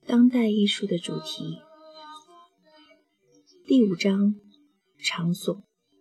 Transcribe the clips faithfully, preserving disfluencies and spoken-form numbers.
当代艺术的主题。第五章，场所。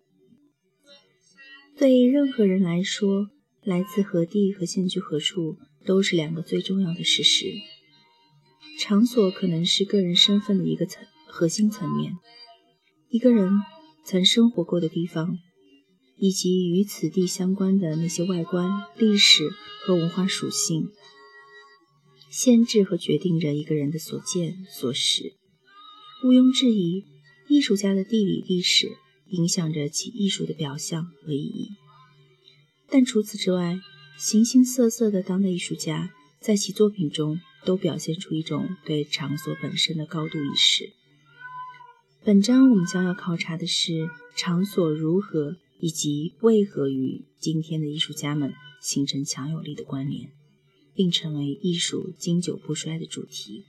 对任何人来说，来自何地和现居何处都是两个最重要的事实。场所可能是个人身份的一个层核心层面，一个人曾生活过的地方，以及与此地相关的那些外观、历史和文化属性，限制和决定着一个人的所见所识。毋庸置疑，艺术家的地理历史影响着其艺术的表象和意义。但除此之外，形形色色的当代艺术家在其作品中都表现出一种对场所本身的高度意识。本章我们将要考察的是场所如何以及为何与今天的艺术家们形成强有力的关联，并成为艺术经久不衰的主题。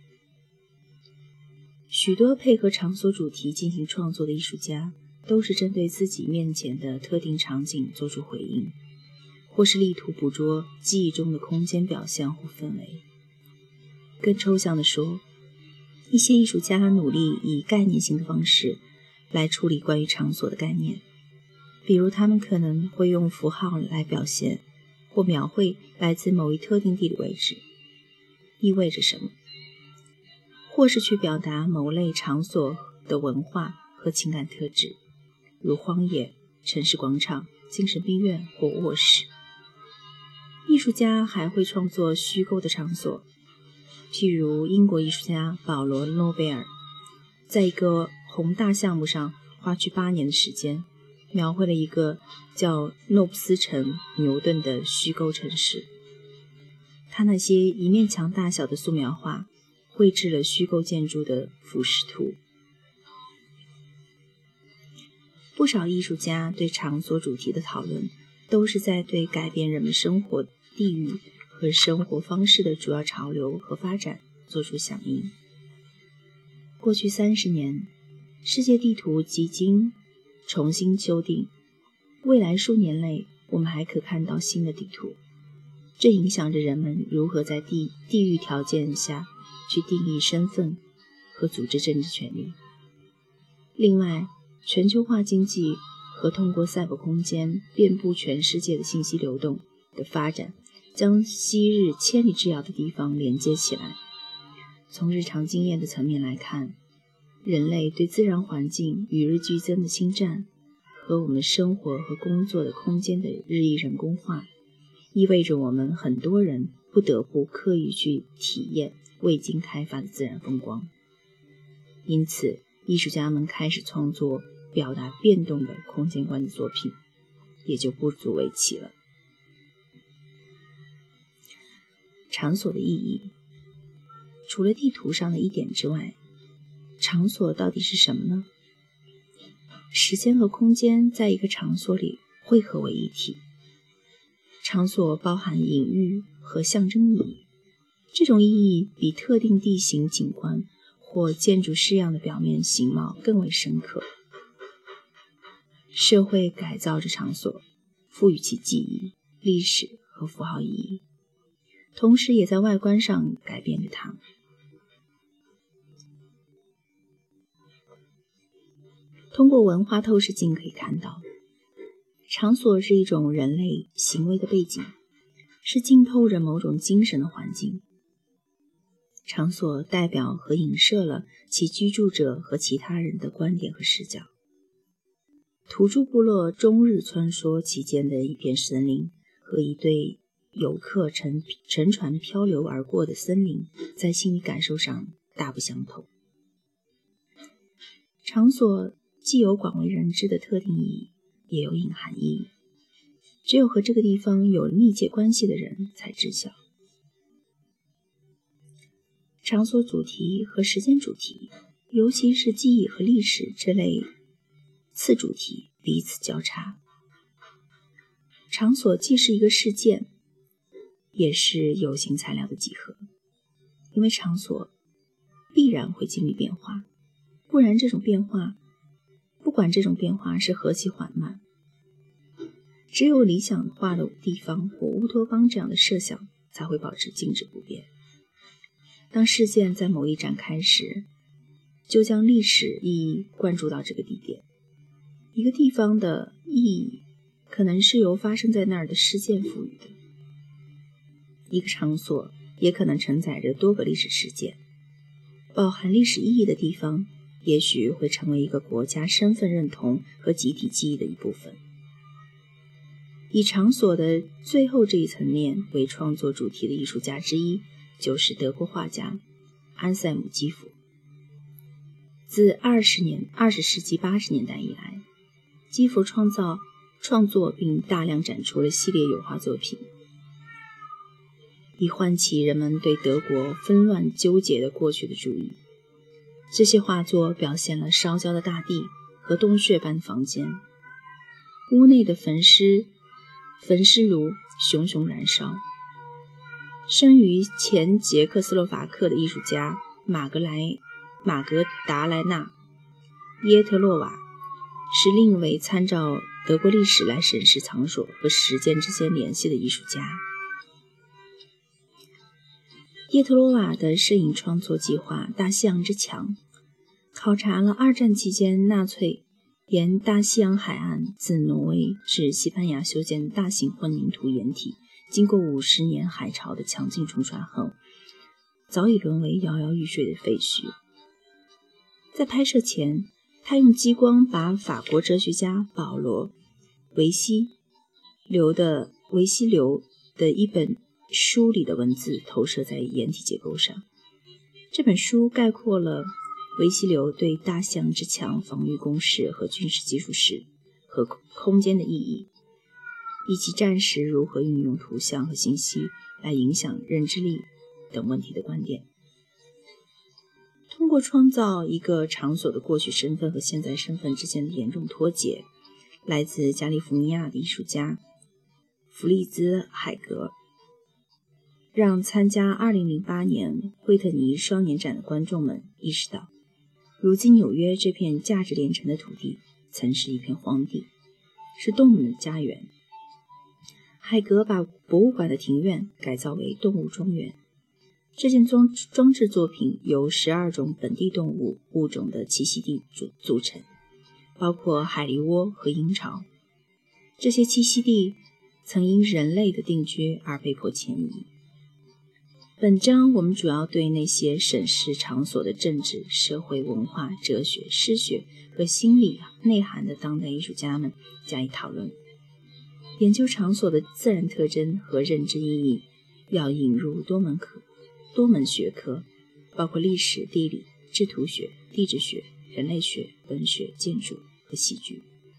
许多配合场所主题进行创作的艺术家，都是针对自己面前的特定场景做出回应，或是力图捕捉记忆中的空间表象或氛围。更抽象地说，一些艺术家努力以概念性的方式来处理关于场所的概念，比如他们可能会用符号来表现或描绘来自某一特定地理位置意味着什么，或是去表达某类场所的文化和情感特质，如荒野、城市广场、精神病院或卧室。艺术家还会创作虚构的场所，譬如英国艺术家保罗·诺贝尔在一个宏大项目上花去八年的时间，描绘了一个叫诺布斯城牛顿的虚构城市。他那些一面墙大小的素描画绘制了虚构建筑的俯视图。不少艺术家对场所主题的讨论，都是在对改变人们生活地域和生活方式的主要潮流和发展做出响应。过去三十年，世界地图几经重新修订，未来数年内我们还可看到新的地图，这影响着人们如何在地地域条件下去定义身份和组织政治权利。另外，全球化经济和通过赛博空间遍布全世界的信息流动的发展，将昔日千里之遥的地方连接起来。从日常经验的层面来看，人类对自然环境与日俱增的侵占和我们生活和工作的空间的日益人工化，意味着我们很多人不得不刻意去体验未经开发的自然风光。因此，艺术家们开始创作表达变动的空间观的作品，也就不足为奇了。场所的意义，除了地图上的一点之外，场所到底是什么呢？时间和空间在一个场所里汇合为一体。场所包含隐喻和象征意义，这种意义比特定地形景观或建筑式样的表面形貌更为深刻。社会改造着场所，赋予其记忆、历史和符号意义，同时也在外观上改变着它。通过文化透视镜可以看到，场所是一种人类行为的背景，是浸透着某种精神的环境。场所代表和影射了其居住者和其他人的观点和视角。土著部落终日穿梭其间的一片森林，和一对游客乘乘船漂流而过的森林，在心理感受上大不相同。场所既有广为人知的特定意义，也有隐含意义，只有和这个地方有密切关系的人才知晓。场所主题和时间主题，尤其是记忆和历史这类次主题彼此交叉。场所既是一个事件，也是有形材料的集合，因为场所必然会经历变化，不然这种变化，不管这种变化是何其缓慢，只有理想化的地方或乌托邦这样的设想才会保持静止不变。 当事件在某一展开时，就将历史意义灌注到这个地点。一个地方的意义可能是由发生在那儿的事件赋予的，一个场所也可能承载着多个历史事件。饱含历史意义的地方也许会成为一个国家身份认同和集体记忆的一部分。以场所的最后这一层面为创作主题的艺术家之一，就是德国画家安塞姆基辅。自二十年二十世纪八十年代以来，基辅创造创作并大量展出了系列油画作品，以唤起人们对德国纷乱纠结的过去的注意。这些画作表现了烧焦的大地和洞穴般的房间，屋内的焚尸焚尸炉熊熊燃烧。生于前捷克斯洛伐克的艺术家马格莱马格达莱纳耶特洛瓦是另一位参照德国历史来审视场所和实践之间联系的艺术家。耶特洛瓦的摄影创作计划《大西洋之墙》考察了二战期间纳粹沿大西洋海岸自挪威至西班牙修建大型混凝土掩体，经过五十年海潮的强劲冲刷后，早已沦为摇摇欲坠的废墟。在拍摄前，他用激光把法国哲学家保罗·维西流的维西流的一本书里的文字投射在掩体结构上。这本书概括了维西流对大西洋之墙防御工事和军事技术史和空间的意义，以及战时如何运用图像和信息来影响认知力等问题的观点。通过创造一个场所的过去身份和现在身份之间的严重脱节，来自加利福尼亚的艺术家弗利兹海格让参加二零零八年惠特尼双年展的观众们意识到，如今纽约这片价值连城的土地曾是一片荒地，是动物们的家园。海格把博物馆的庭院改造为动物庄园。这件装装置作品由十二种本地动物物种的栖息地组组成，包括海狸窝和鹰巢。这些栖息地曾因人类的定居而被迫迁移。本章我们主要对那些审视场所的政治、社会、文化、哲学、诗学和心理内涵的当代艺术家们加以讨论。研究场所的自然特征和认知意义要引入多门科多门学科，包括历史、地理、制图学、地质学、人类学、文学、建筑和戏剧。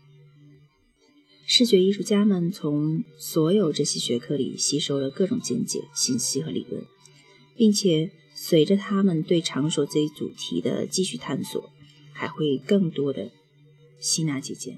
视觉艺术家们从所有这些学科里吸收了各种见解、信息和理论，并且随着他们对场所这一主题的继续探索，还会更多的吸纳借鉴。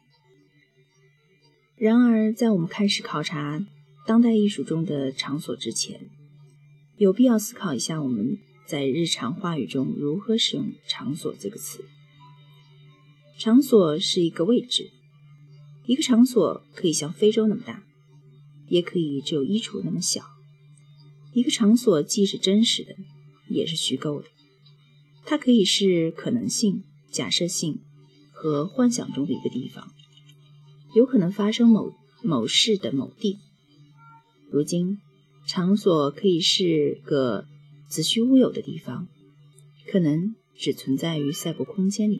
然而，在我们开始考察当代艺术中的场所之前，有必要思考一下我们在日常话语中如何使用场所这个词。场所是一个位置，一个场所可以像非洲那么大，也可以只有衣橱那么小。一个场所既是真实的，也是虚构的，它可以是可能性、假设性和幻想中的一个地方，有可能发生某某事的某地。如今场所可以是个子虚乌有的地方，可能只存在于赛博空间里。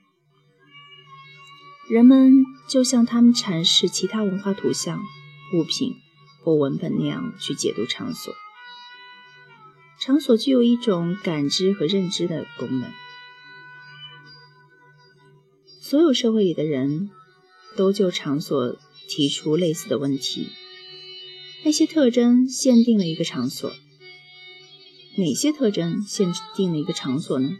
人们就像他们阐释其他文化图像、物品或文本那样去解读场所。场所具有一种感知和认知的功能。所有社会里的人都就场所提出类似的问题。那些特征限定了一个场所。哪些特征限定了一个场所呢？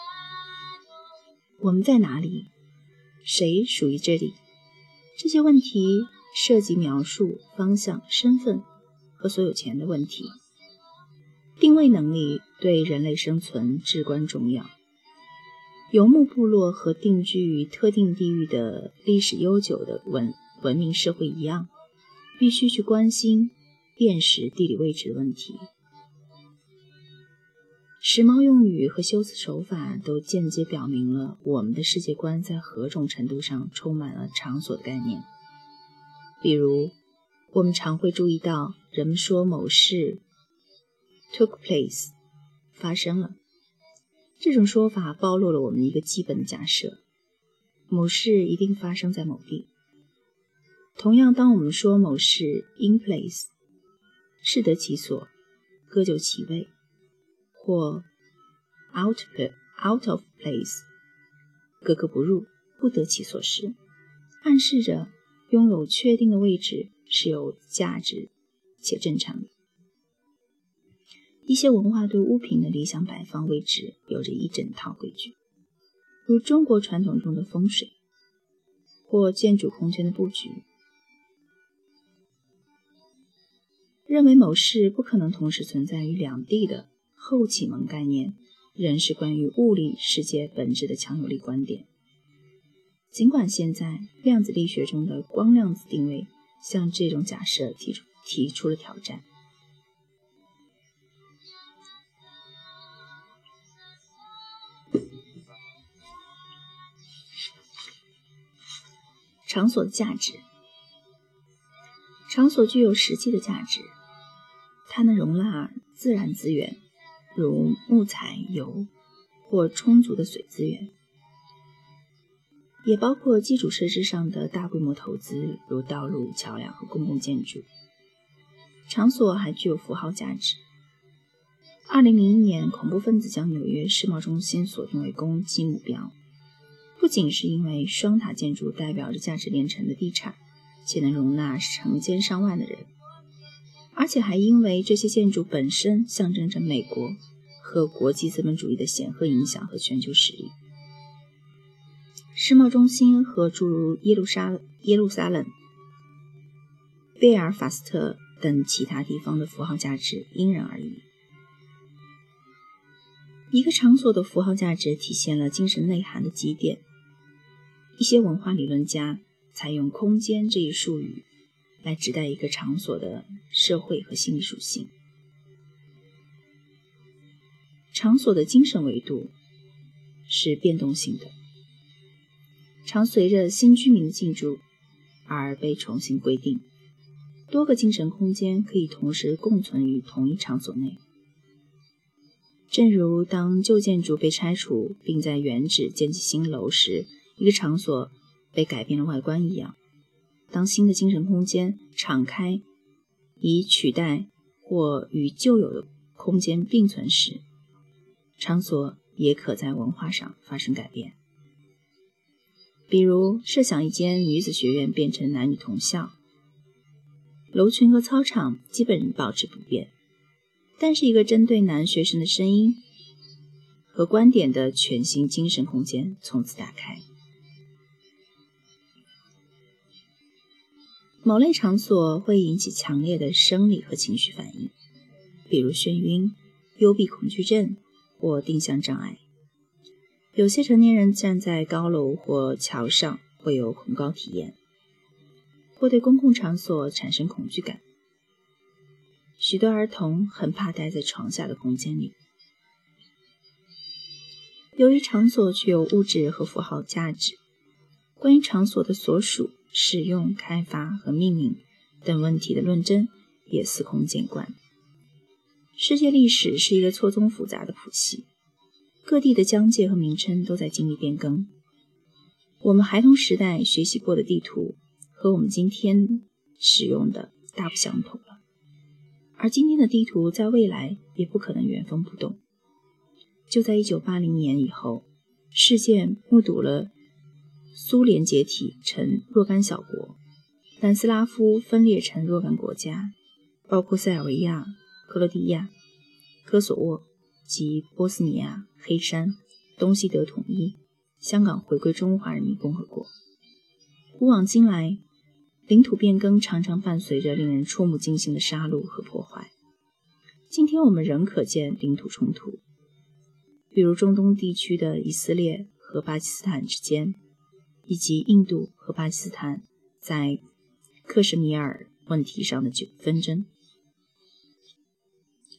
我们在哪里？谁属于这里？这些问题涉及描述、方向、身份和所有权的问题。定位能力对人类生存至关重要。游牧部落和定居于特定地域的历史悠久的文文明社会一样，必须去关心辨识地理位置的问题。 时髦用语和修辞手法都间接表明了我们的世界观在何种程度上充满了场所的概念。比如，我们常会注意到人们说某事 took place 发生了，这种说法暴露了我们一个基本的假设，某事一定发生在某地。同样，当我们说某事 in place 适得其所，各就其位，或 out, out of place 格格不入，不得其所时，暗示着拥有确定的位置是有价值且正常的。一些文化对物品的理想摆放位置有着一整套规矩，如中国传统中的风水，或建筑空间的布局。认为某事不可能同时存在于两地的后启蒙概念，仍是关于物理世界本质的强有力观点。尽管现在量子力学中的光量子定位向这种假设提出提出了挑战。场所的价值。场所具有实际的价值，它能容纳自然资源，如木材、油或充足的水资源，也包括基础设施上的大规模投资，如道路、桥梁和公共建筑。场所还具有符号价值。二零零一年，恐怖分子将纽约世贸中心锁定为攻击目标，不仅是因为双塔建筑代表着价值连城的地产，且能容纳成千上万的人，而且还因为这些建筑本身象征着美国和国际资本主义的显赫影响和全球实力。世贸中心和诸如耶路撒耶路撒冷、贝尔法斯特等其他地方的符号价值因人而异。一个场所的符号价值体现了精神内涵的积淀。一些文化理论家采用空间这一术语来指代一个场所的社会和心理属性。场所的精神维度是变动性的，常随着新居民的进驻而被重新规定。多个精神空间可以同时共存于同一场所内，正如当旧建筑被拆除并在原址建起新楼时，一个场所被改变了外观一样。当新的精神空间敞开以取代或与旧有的空间并存时，场所也可在文化上发生改变。比如，设想一间女子学院变成男女同校，楼群和操场基本保持不变，但是一个针对男学生的声音和观点的全新精神空间从此打开。某类场所会引起强烈的生理和情绪反应，比如眩晕、幽闭恐惧症或定向障碍。有些成年人站在高楼或桥上会有恐高体验，或对公共场所产生恐惧感。许多儿童很怕待在床下的空间里。由于场所具有物质和符号价值，关于场所的所属、使用、开发和命名等问题的论争也司空见惯。世界历史是一个错综复杂的谱系，各地的疆界和名称都在经历变更。我们孩童时代学习过的地图和我们今天使用的大不相同了，而今天的地图在未来也不可能原封不动。就在一九八零年以后，世界目睹了苏联解体成若干小国，南斯拉夫分裂成若干国家，包括塞尔维亚、克罗地亚、科索沃及波斯尼亚、黑山，东西德统一，香港回归中华人民共和国。古往今来，领土变更常常伴随着令人触目惊心的杀戮和破坏。今天我们仍可见领土冲突，比如中东地区的以色列和巴基斯坦之间，以及印度和巴基斯坦在克什米尔问题上的纷争。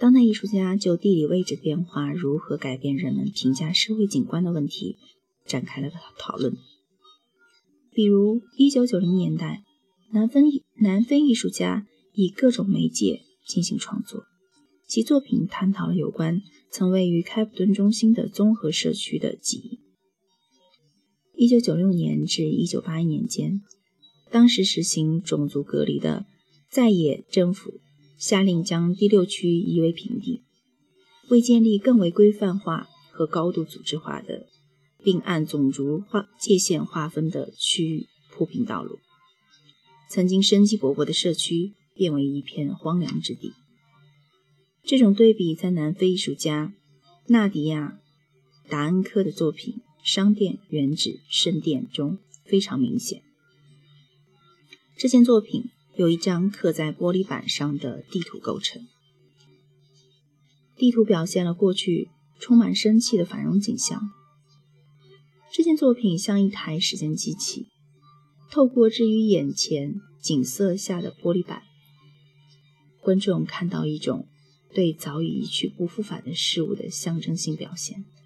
当代艺术家就地理位置的变化如何改变人们评价社会景观的问题展开了讨论。比如一九九零年代，南非南非艺术家以各种媒介进行创作，其作品探讨了有关曾位于开普敦中心的综合社区的记忆。一九九六年至一九八一年间，当时实行种族隔离的在野政府下令将第六区夷为平地，为建立更为规范化和高度组织化的并按种族划界限划分的区域铺平道路，曾经生机勃勃的社区变为一片荒凉之地。这种对比在南非艺术家纳迪亚·达恩科的作品《商店、原址、圣殿》中非常明显。这件作品由一张刻在玻璃板上的地图构成，地图表现了过去充满生气的繁荣景象。这件作品像一台时间机器，透过置于眼前景色下的玻璃板，观众看到一种对早已一去不复返的事物的象征性表现。